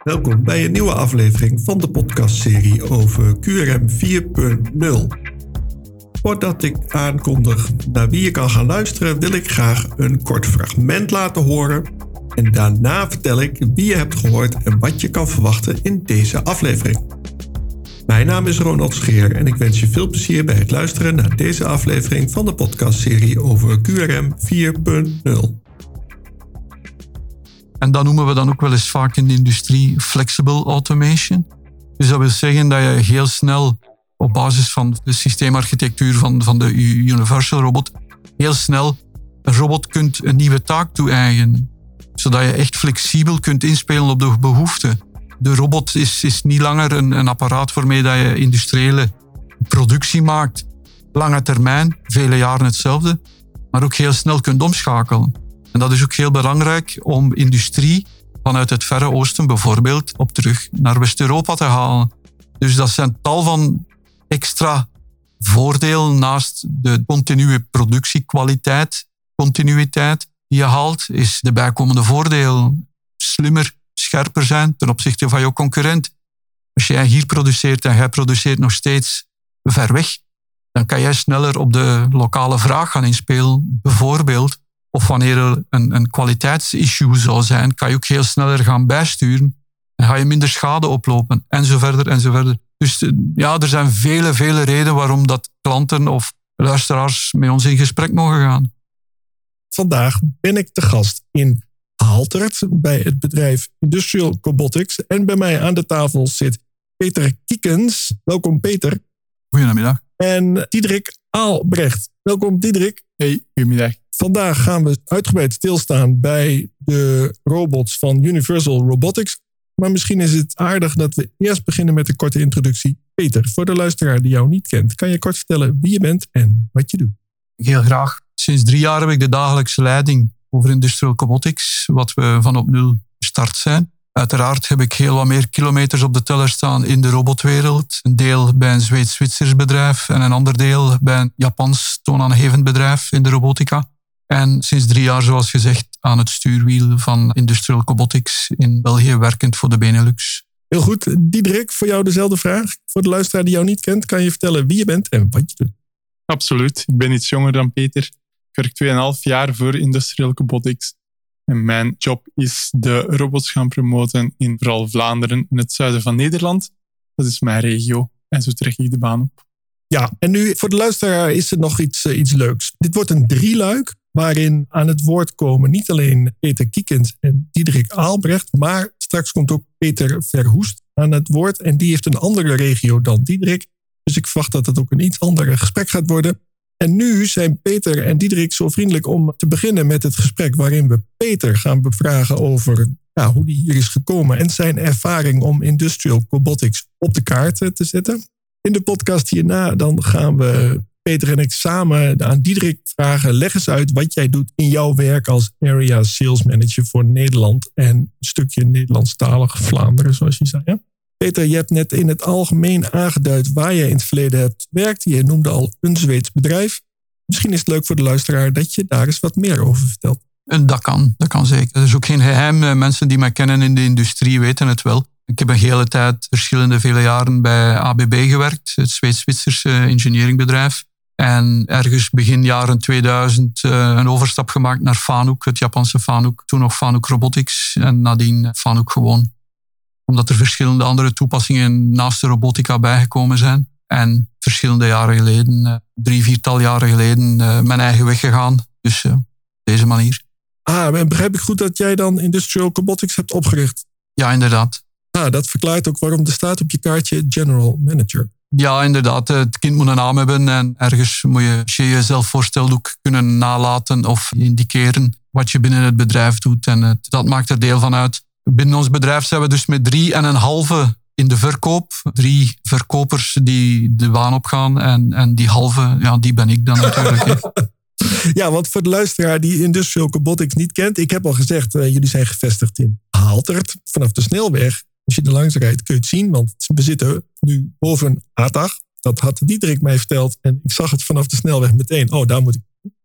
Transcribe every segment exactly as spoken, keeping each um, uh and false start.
Welkom bij een nieuwe aflevering van de podcastserie over Q R M vier punt nul. Voordat ik aankondig naar wie je kan gaan luisteren, wil ik graag een kort fragment laten horen. En daarna vertel ik wie je hebt gehoord en wat je kan verwachten in deze aflevering. Mijn naam is Ronald Scheer en ik wens je veel plezier bij het luisteren naar deze aflevering van de podcastserie over Q R M vier punt nul. En dat noemen we dan ook wel eens vaak in de industrie flexible automation. Dus dat wil zeggen dat je heel snel op basis van de systeemarchitectuur van, van de Universal Robot heel snel een robot kunt een nieuwe taak toe-eigenen. Zodat je echt flexibel kunt inspelen op de behoeften. De robot is, is niet langer een, een apparaat waarmee dat je industriële productie maakt. Lange termijn, vele jaren hetzelfde, maar ook heel snel kunt omschakelen. En dat is ook heel belangrijk om industrie vanuit het Verre Oosten bijvoorbeeld op terug naar West-Europa te halen. Dus dat zijn tal van extra voordelen naast de continue productiekwaliteit, continuïteit die je haalt, is de bijkomende voordeel slimmer, scherper zijn ten opzichte van je concurrent. Als jij hier produceert en jij produceert nog steeds ver weg, dan kan jij sneller op de lokale vraag gaan inspelen, bijvoorbeeld. Of wanneer er een, een kwaliteitsissue zou zijn, kan je ook heel sneller gaan bijsturen. En ga je minder schade oplopen, en zo verder, en zo verder. Dus ja, er zijn vele, vele redenen waarom dat klanten of luisteraars met ons in gesprek mogen gaan. Vandaag ben ik te gast in Aaltert bij het bedrijf Industrial Cobotics. En bij mij aan de tafel zit Peter Kiekens. Welkom Peter. Goedemiddag. En Diederik Aalbrecht. Welkom Diederik. Hey, goedemiddag. Vandaag gaan we uitgebreid stilstaan bij de robots van Universal Robotics. Maar misschien is het aardig dat we eerst beginnen met een korte introductie. Peter, voor de luisteraar die jou niet kent, kan je kort vertellen wie je bent en wat je doet? Heel graag. Sinds drie jaar heb ik de dagelijkse leiding over Industrial Cobotics, wat we van op nul gestart zijn. Uiteraard heb ik heel wat meer kilometers op de teller staan in de robotwereld. Een deel bij een Zweeds-Zwitsers bedrijf en een ander deel bij een Japans toonaangevend bedrijf in de robotica. En sinds drie jaar, zoals gezegd, aan het stuurwiel van Industrial Cobotics in België, werkend voor de Benelux. Heel goed. Diederik, voor jou dezelfde vraag. Voor de luisteraar die jou niet kent, kan je vertellen wie je bent en wat je doet? Absoluut. Ik ben iets jonger dan Peter. Ik werk twee en een half jaar voor Industrial Cobotics. En mijn job is de robots gaan promoten in vooral Vlaanderen en het zuiden van Nederland. Dat is mijn regio. En zo trek ik de baan op. Ja, en nu voor de luisteraar is er nog iets, uh, iets leuks. Dit wordt een drieluik waarin aan het woord komen niet alleen Peter Kiekens en Diederik Aalbrecht, maar straks komt ook Peter Verhoest aan het woord. En die heeft een andere regio dan Diederik. Dus ik verwacht dat het ook een iets ander gesprek gaat worden. En nu zijn Peter en Diederik zo vriendelijk om te beginnen met het gesprek waarin we Peter gaan bevragen over ja, hoe die hier is gekomen en zijn ervaring om Industrial Cobotics op de kaart te zetten. In de podcast hierna dan gaan we Peter en ik samen aan Diederik vragen, leg eens uit wat jij doet in jouw werk als Area Sales Manager voor Nederland en een stukje Nederlandstalig Vlaanderen, zoals je zei. Ja? Peter, je hebt net in het algemeen aangeduid waar je in het verleden hebt gewerkt. Je noemde al een Zweeds bedrijf. Misschien is het leuk voor de luisteraar dat je daar eens wat meer over vertelt. En dat kan, dat kan zeker. Dat is ook geen geheim. Mensen die mij kennen in de industrie weten het wel. Ik heb een hele tijd, verschillende vele jaren bij A B B gewerkt, het Zweeds-Zwitserse engineeringbedrijf. En ergens begin jaren tweeduizend een overstap gemaakt naar Fanuc, het Japanse Fanuc. Toen nog Fanuc Robotics en nadien Fanuc gewoon. Omdat er verschillende andere toepassingen naast de robotica bijgekomen zijn. En verschillende jaren geleden, drie, viertal jaren geleden, mijn eigen weg gegaan. Dus op deze manier. Ah, begrijp ik goed dat jij dan Industrial Cobotics hebt opgericht? Ja, inderdaad. Ah, dat verklaart ook waarom er staat op je kaartje General Manager. Ja, inderdaad. Het kind moet een naam hebben en ergens moet je, als je jezelf voorstelt, ook kunnen nalaten of indiceren wat je binnen het bedrijf doet. En het, dat maakt er deel van uit. Binnen ons bedrijf zijn we dus met drie en een halve in de verkoop. Drie verkopers die de baan opgaan en, en die halve, ja, die ben ik dan natuurlijk. Ja, want voor de luisteraar die Industrial Cobotics niet kent, ik heb al gezegd, uh, jullie zijn gevestigd in Aaltert. Vanaf de snelweg, als je er langs rijdt, kun je het zien, want we zitten nu boven Atag. Dat had Diederik mij verteld en ik zag het vanaf de snelweg meteen. Oh, daar moet ik.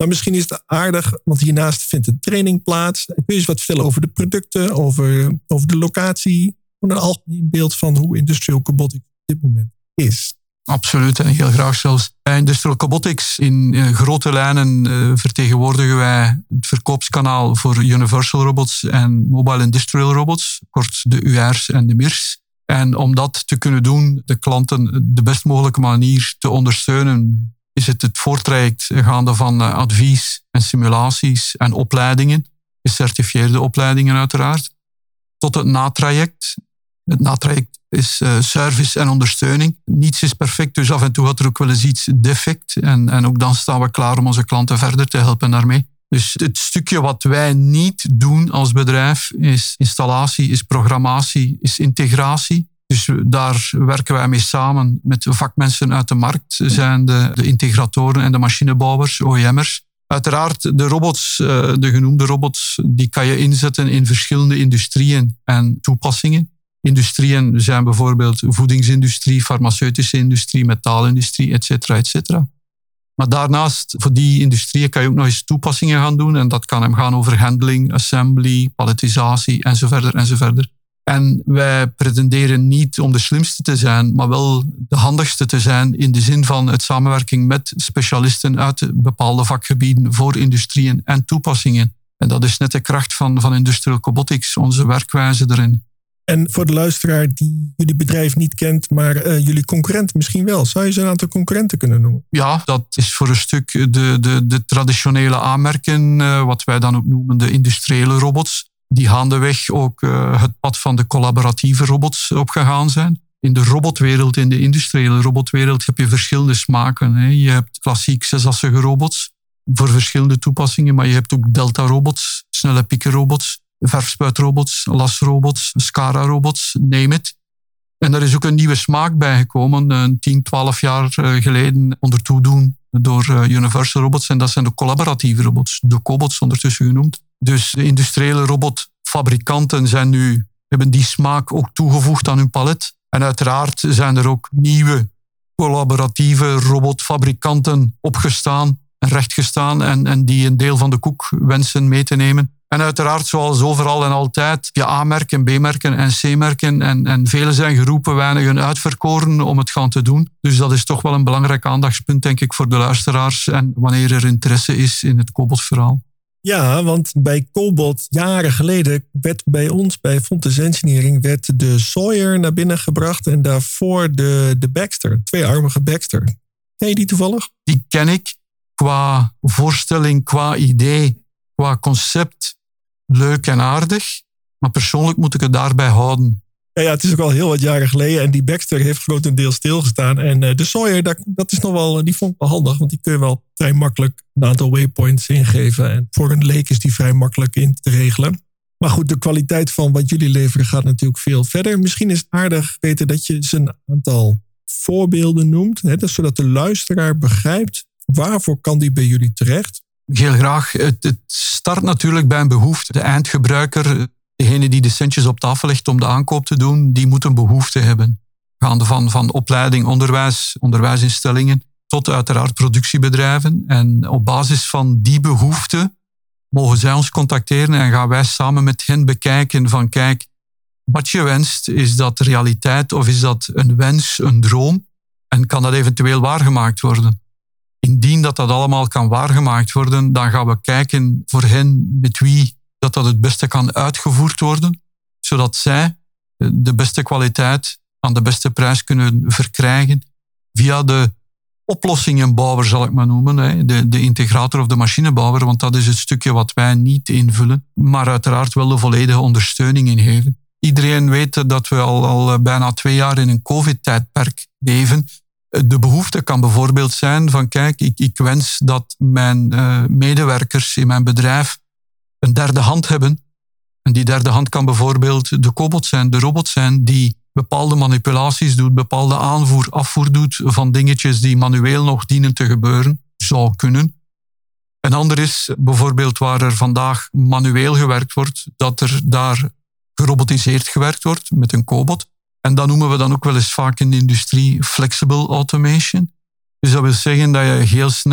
Maar misschien is het aardig, want hiernaast vindt een training plaats. Kun je eens wat vertellen over de producten, over, over de locatie? Een algemeen beeld van hoe Industrial Cobotics op dit moment is. Absoluut, en heel graag zelfs. Bij Industrial Cobotics in uh, grote lijnen uh, vertegenwoordigen wij het verkoopskanaal voor Universal Robots en Mobile Industrial Robots, kort de U R's en de M I R's. En om dat te kunnen doen, de klanten de best mogelijke manier te ondersteunen, is het het voortraject gaande van uh, advies en simulaties en opleidingen, gecertificeerde opleidingen uiteraard, tot het natraject. Het natraject is uh, service en ondersteuning. Niets is perfect, dus af en toe had er ook wel eens iets defect. En, en ook dan staan we klaar om onze klanten verder te helpen daarmee. Dus het stukje wat wij niet doen als bedrijf is installatie, is programmatie, is integratie. Dus daar werken wij mee samen met vakmensen uit de markt, zijn de, de integratoren en de machinebouwers, O E M'ers. Uiteraard, de robots, de genoemde robots, die kan je inzetten in verschillende industrieën en toepassingen. Industrieën zijn bijvoorbeeld voedingsindustrie, farmaceutische industrie, metaalindustrie, et cetera, et cetera. Maar daarnaast, voor die industrieën kan je ook nog eens toepassingen gaan doen. En dat kan hem gaan over handling, assembly, palletisatie enzovoort enzovoort. En wij pretenderen niet om de slimste te zijn, maar wel de handigste te zijn in de zin van het samenwerking met specialisten uit bepaalde vakgebieden voor industrieën en toepassingen. En dat is net de kracht van, van Industrial Cobotics, onze werkwijze erin. En voor de luisteraar die jullie bedrijf niet kent, maar uh, jullie concurrent misschien wel. Zou je ze een aantal concurrenten kunnen noemen? Ja, dat is voor een stuk de, de, de traditionele aanmerken, uh, wat wij dan ook noemen de industriële robots. Die gaandeweg ook uh, het pad van de collaboratieve robots opgegaan zijn. In de robotwereld, in de industriële robotwereld, heb je verschillende smaken. Hè. Je hebt klassiek zesassige robots voor verschillende toepassingen, maar je hebt ook delta-robots, snelle pikkenrobots, verfspuitrobots, lasrobots, SCARA-robots, name it. En er is ook een nieuwe smaak bijgekomen, een tien, twaalf jaar geleden onder toedoen door Universal Robots. En dat zijn de collaboratieve robots, de cobots ondertussen genoemd. Dus de industriële robotfabrikanten zijn nu, hebben die smaak ook toegevoegd aan hun palet. En uiteraard zijn er ook nieuwe collaboratieve robotfabrikanten opgestaan en rechtgestaan en, en die een deel van de koek wensen mee te nemen. En uiteraard, zoals overal en altijd, je A-merken, B-merken en C-merken. En, en velen zijn geroepen, weinigen uitverkoren om het gaan te doen. Dus dat is toch wel een belangrijk aandachtspunt, denk ik, voor de luisteraars. En wanneer er interesse is in het Cobot-verhaal. Ja, want bij Cobot, jaren geleden, werd bij ons, bij Fontes Engineering, werd de Sawyer naar binnen gebracht. En daarvoor de, de Baxter, tweearmige Baxter. Ken je die toevallig? Die ken ik. Qua voorstelling, qua idee, qua concept, leuk en aardig. Maar persoonlijk moet ik het daarbij houden. Ja, ja, het is ook al heel wat jaren geleden. En die Baxter heeft grotendeels stilgestaan. En uh, de Sawyer, dat, dat is nog wel, die vond ik wel handig. Want die kun je wel vrij makkelijk een aantal waypoints ingeven. En voor een leek is die vrij makkelijk in te regelen. Maar goed, de kwaliteit van wat jullie leveren gaat natuurlijk veel verder. Misschien is het aardig, Peter, dat je ze een aantal voorbeelden noemt. Hè, dus zodat de luisteraar begrijpt, waarvoor kan die bij jullie terecht? Heel graag. Het, het start natuurlijk bij een behoefte. De eindgebruiker, degene die de centjes op tafel legt om de aankoop te doen, die moet een behoefte hebben. Gaande van, van opleiding, onderwijs, onderwijsinstellingen, tot uiteraard productiebedrijven. En op basis van die behoefte mogen zij ons contacteren en gaan wij samen met hen bekijken van kijk, wat je wenst, is dat realiteit of is dat een wens, een droom? En kan dat eventueel waargemaakt worden? Indien dat dat allemaal kan waargemaakt worden, dan gaan we kijken voor hen met wie dat dat het beste kan uitgevoerd worden, zodat zij de beste kwaliteit aan de beste prijs kunnen verkrijgen via de oplossingenbouwer, zal ik maar noemen, de, de integrator of de machinebouwer, want dat is het stukje wat wij niet invullen, maar uiteraard wel de volledige ondersteuning in geven. Iedereen weet dat we al, al bijna twee jaar in een COVID-tijdperk leven. De behoefte kan bijvoorbeeld zijn van kijk, ik, ik wens dat mijn uh, medewerkers in mijn bedrijf een derde hand hebben. En die derde hand kan bijvoorbeeld de cobot zijn, de robot zijn die bepaalde manipulaties doet, bepaalde aanvoer, afvoer doet van dingetjes die manueel nog dienen te gebeuren. Zou kunnen. Een ander is bijvoorbeeld waar er vandaag manueel gewerkt wordt, dat er daar gerobotiseerd gewerkt wordt met een cobot. En dat noemen we dan ook wel eens vaak in de industrie flexible automation. Dus dat wil zeggen dat je heel snel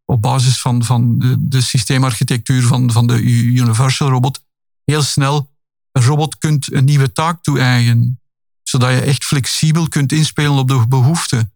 op basis van, van de, de systeemarchitectuur van, van de Universal Robot heel snel een robot kunt een nieuwe taak toe-eigenen. Zodat je echt flexibel kunt inspelen op de behoeften.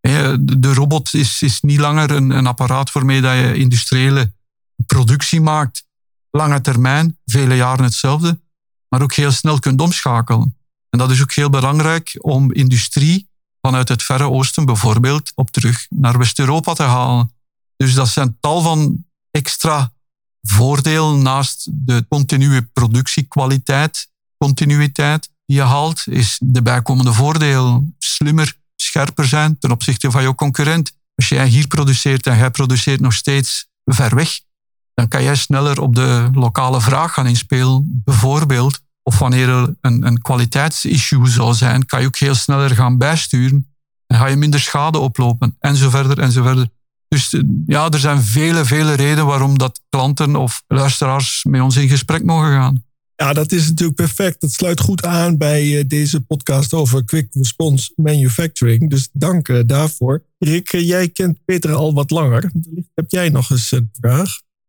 De robot is, is niet langer een, een apparaat waarmee dat je industriële productie maakt. Lange termijn, vele jaren hetzelfde, maar ook heel snel kunt omschakelen. En dat is ook heel belangrijk om industrie vanuit het Verre Oosten bijvoorbeeld op terug naar West-Europa te halen. Dus dat zijn tal van extra voordelen naast de continue productiekwaliteit, continuïteit die je haalt, is de bijkomende voordeel slimmer, scherper zijn ten opzichte van jouw concurrent. Als jij hier produceert en jij produceert nog steeds ver weg, dan kan jij sneller op de lokale vraag gaan inspelen, bijvoorbeeld. Of wanneer er een, een kwaliteitsissue zou zijn, kan je ook heel sneller gaan bijsturen. En ga je minder schade oplopen, en zo verder, en zo verder. Dus ja, er zijn vele, vele redenen waarom dat klanten of luisteraars met ons in gesprek mogen gaan. Ja, dat is natuurlijk perfect. Dat sluit goed aan bij deze podcast over Quick Response Manufacturing. Dus dank daarvoor. Rick, jij kent Peter al wat langer. Heb jij nog eens een vraag?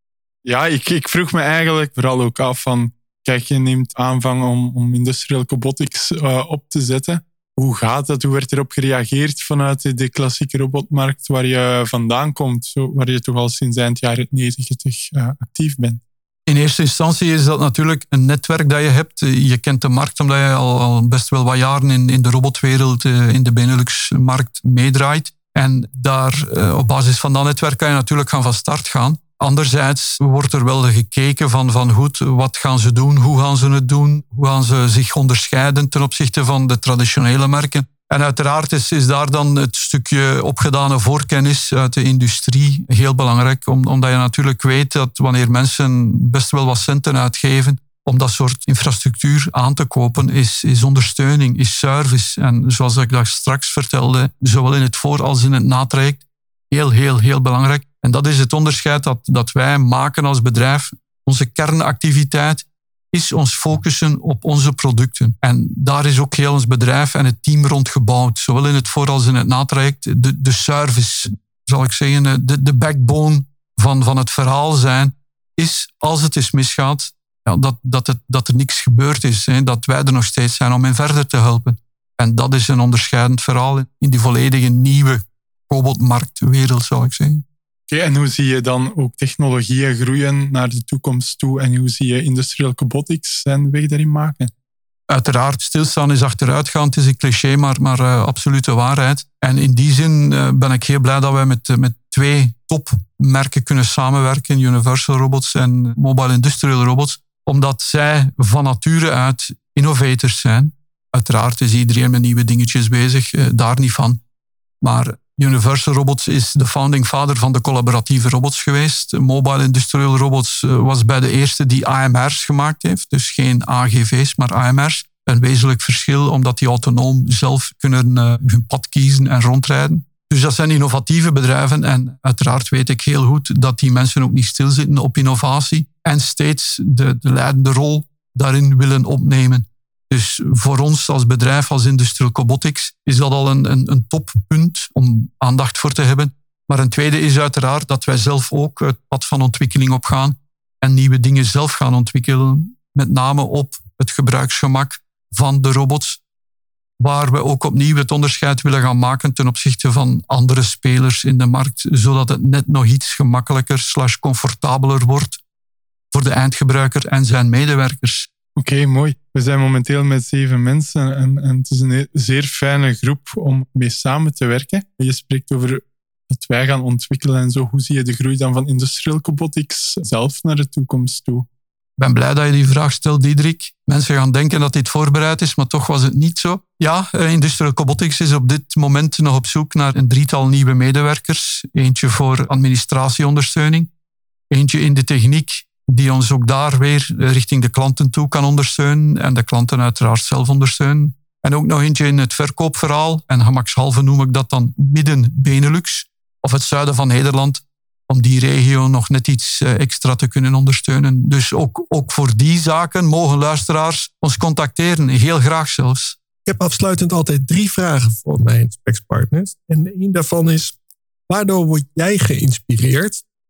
Ja, ik, ik vroeg me eigenlijk vooral ook af van... Kijk, je neemt aanvang om, om Industrial Cobotics uh, op te zetten. Hoe gaat dat? Hoe werd erop gereageerd vanuit de klassieke robotmarkt waar je vandaan komt? Zo, waar je toch al sinds eind jaren negentig uh, actief bent? In eerste instantie is dat natuurlijk een netwerk dat je hebt. Je kent de markt omdat je al, al best wel wat jaren in, in de robotwereld, uh, in de Benelux-markt meedraait. En daar, uh, op basis van dat netwerk kan je natuurlijk gaan van start gaan. Anderzijds wordt er wel gekeken van, van goed, wat gaan ze doen, hoe gaan ze het doen, hoe gaan ze zich onderscheiden ten opzichte van de traditionele merken. En uiteraard is, is daar dan het stukje opgedane voorkennis uit de industrie heel belangrijk, omdat je natuurlijk weet dat wanneer mensen best wel wat centen uitgeven om dat soort infrastructuur aan te kopen, is, is ondersteuning, is service. En zoals ik dat straks vertelde, zowel in het voor- als in het natraject, heel, heel, heel belangrijk. En dat is het onderscheid dat, dat wij maken als bedrijf. Onze kernactiviteit is ons focussen op onze producten. En daar is ook heel ons bedrijf en het team rond gebouwd. Zowel in het voor- als in het natraject. De, de service, zal ik zeggen, de, de backbone van, van het verhaal zijn, is als het eens misgaat, ja, dat, dat, het, dat er niks gebeurd is. Hè, dat wij er nog steeds zijn om hen verder te helpen. En dat is een onderscheidend verhaal in die volledige nieuwe robotmarktwereld, zal ik zeggen. Oké, okay, en hoe zie je dan ook technologieën groeien naar de toekomst toe en hoe zie je Industrial Cobotics zijn weg daarin maken? Uiteraard, stilstaan is achteruitgaan. Het is een cliché, maar, maar uh, absolute waarheid. En in die zin uh, ben ik heel blij dat wij met, uh, met twee topmerken kunnen samenwerken, Universal Robots en Mobile Industrial Robots, omdat zij van nature uit innovators zijn. Uiteraard is iedereen met nieuwe dingetjes bezig, uh, daar niet van. Maar Universal Robots is de founding father van de collaboratieve robots geweest. Mobile Industrial Robots was bij de eerste die A M R's gemaakt heeft. Dus geen A G V's, maar A M R's. Een wezenlijk verschil, omdat die autonoom zelf kunnen uh, hun pad kiezen en rondrijden. Dus dat zijn innovatieve bedrijven. En uiteraard weet ik heel goed dat die mensen ook niet stilzitten op innovatie. En steeds de, de leidende rol daarin willen opnemen. Dus voor ons als bedrijf, als Industrial Cobotics, is dat al een, een, een toppunt om aandacht voor te hebben. Maar een tweede is uiteraard dat wij zelf ook het pad van ontwikkeling opgaan en nieuwe dingen zelf gaan ontwikkelen. Met name op het gebruiksgemak van de robots, waar we ook opnieuw het onderscheid willen gaan maken ten opzichte van andere spelers in de markt, zodat het net nog iets gemakkelijker slash comfortabeler wordt voor de eindgebruiker en zijn medewerkers. Oké, okay, mooi. We zijn momenteel met zeven mensen en, en het is een zeer fijne groep om mee samen te werken. Je spreekt over dat wij gaan ontwikkelen en zo. Hoe zie je de groei dan van Industrial Cobotics zelf naar de toekomst toe? Ik ben blij dat je die vraag stelt, Diederik. Mensen gaan denken dat dit voorbereid is, maar toch was het niet zo. Ja, Industrial Cobotics is op dit moment nog op zoek naar een drietal nieuwe medewerkers. Eentje voor administratieondersteuning, eentje in de techniek, die ons ook daar weer richting de klanten toe kan ondersteunen en de klanten uiteraard zelf ondersteunen. En ook nog eentje in het verkoopverhaal, en gemakshalve noem ik dat dan midden Benelux, of het zuiden van Nederland, om die regio nog net iets extra te kunnen ondersteunen. Dus ook, ook voor die zaken mogen luisteraars ons contacteren, heel graag zelfs. Ik heb afsluitend altijd drie vragen voor mijn gesprekspartners. En één daarvan is, waardoor word jij geïnspireerd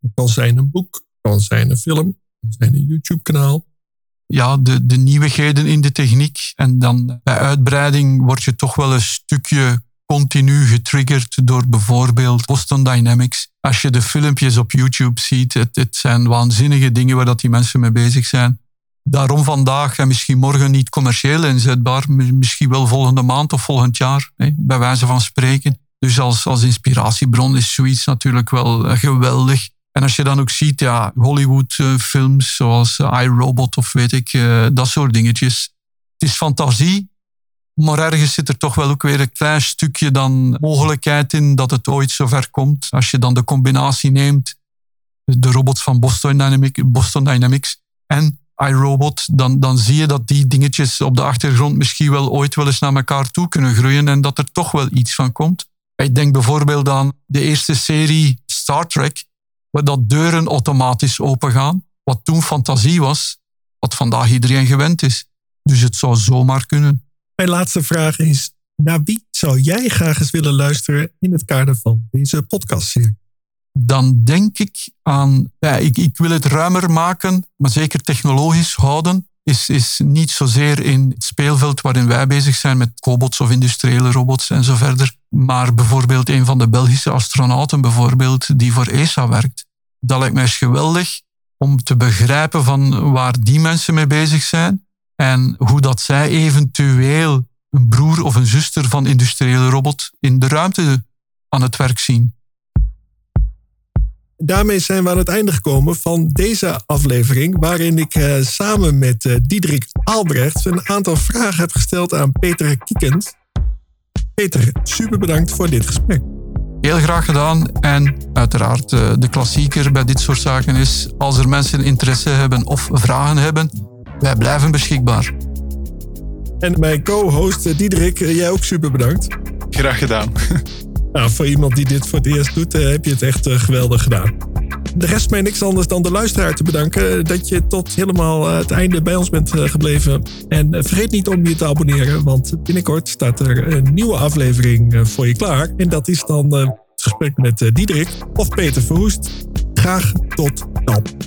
Het kan zijn een boek, het kan zijn een film, het kan zijn een YouTube-kanaal. Ja, de, de nieuwigheden in de techniek. En dan bij uitbreiding word je toch wel een stukje continu getriggerd door bijvoorbeeld Boston Dynamics. Als je de filmpjes op YouTube ziet, het, het zijn waanzinnige dingen waar dat die mensen mee bezig zijn. Daarom vandaag en misschien morgen niet commercieel inzetbaar, misschien wel volgende maand of volgend jaar, bij wijze van spreken. Dus als, als inspiratiebron is zoiets natuurlijk wel geweldig. En als je dan ook ziet, ja, Hollywood-films zoals iRobot of weet ik, uh, dat soort dingetjes. Het is fantasie, maar ergens zit er toch wel ook weer een klein stukje dan mogelijkheid in dat het ooit zover komt. Als je dan de combinatie neemt, de robots van Boston Dynamics, Boston Dynamics en iRobot, dan, dan zie je dat die dingetjes op de achtergrond misschien wel ooit wel eens naar elkaar toe kunnen groeien en dat er toch wel iets van komt. Ik denk bijvoorbeeld aan de eerste serie Star Trek, waar dat deuren automatisch opengaan, wat toen fantasie was, wat vandaag iedereen gewend is. Dus het zou zomaar kunnen. Mijn laatste vraag is, naar wie zou jij graag eens willen luisteren in het kader van deze podcastserie? Dan denk ik aan, ja, ik, ik wil het ruimer maken, maar zeker technologisch houden, is, is niet zozeer in het speelveld waarin wij bezig zijn met cobots of industriële robots en zo verder, maar bijvoorbeeld een van de Belgische astronauten bijvoorbeeld, die voor E S A werkt. Dat lijkt mij eens geweldig om te begrijpen van waar die mensen mee bezig zijn en hoe dat zij eventueel een broer of een zuster van industriële robot in de ruimte aan het werk zien. Daarmee zijn we aan het einde gekomen van deze aflevering, waarin ik uh, samen met uh, Diederik Aalbrecht een aantal vragen heb gesteld aan Peter Kiekens. Peter, super bedankt voor dit gesprek. Heel graag gedaan en uiteraard uh, de klassieker bij dit soort zaken is, als er mensen interesse hebben of vragen hebben, wij blijven beschikbaar. En mijn co-host uh, Diederik, uh, jij ook super bedankt. Graag gedaan. Nou, voor iemand die dit voor het eerst doet, uh, heb je het echt uh, geweldig gedaan. De rest mij niks anders dan de luisteraar te bedanken dat je tot helemaal uh, het einde bij ons bent uh, gebleven. En uh, vergeet niet om je te abonneren, want binnenkort staat er een nieuwe aflevering uh, voor je klaar. En dat is dan uh, het gesprek met uh, Diederik of Peter Verhoest. Graag tot dan.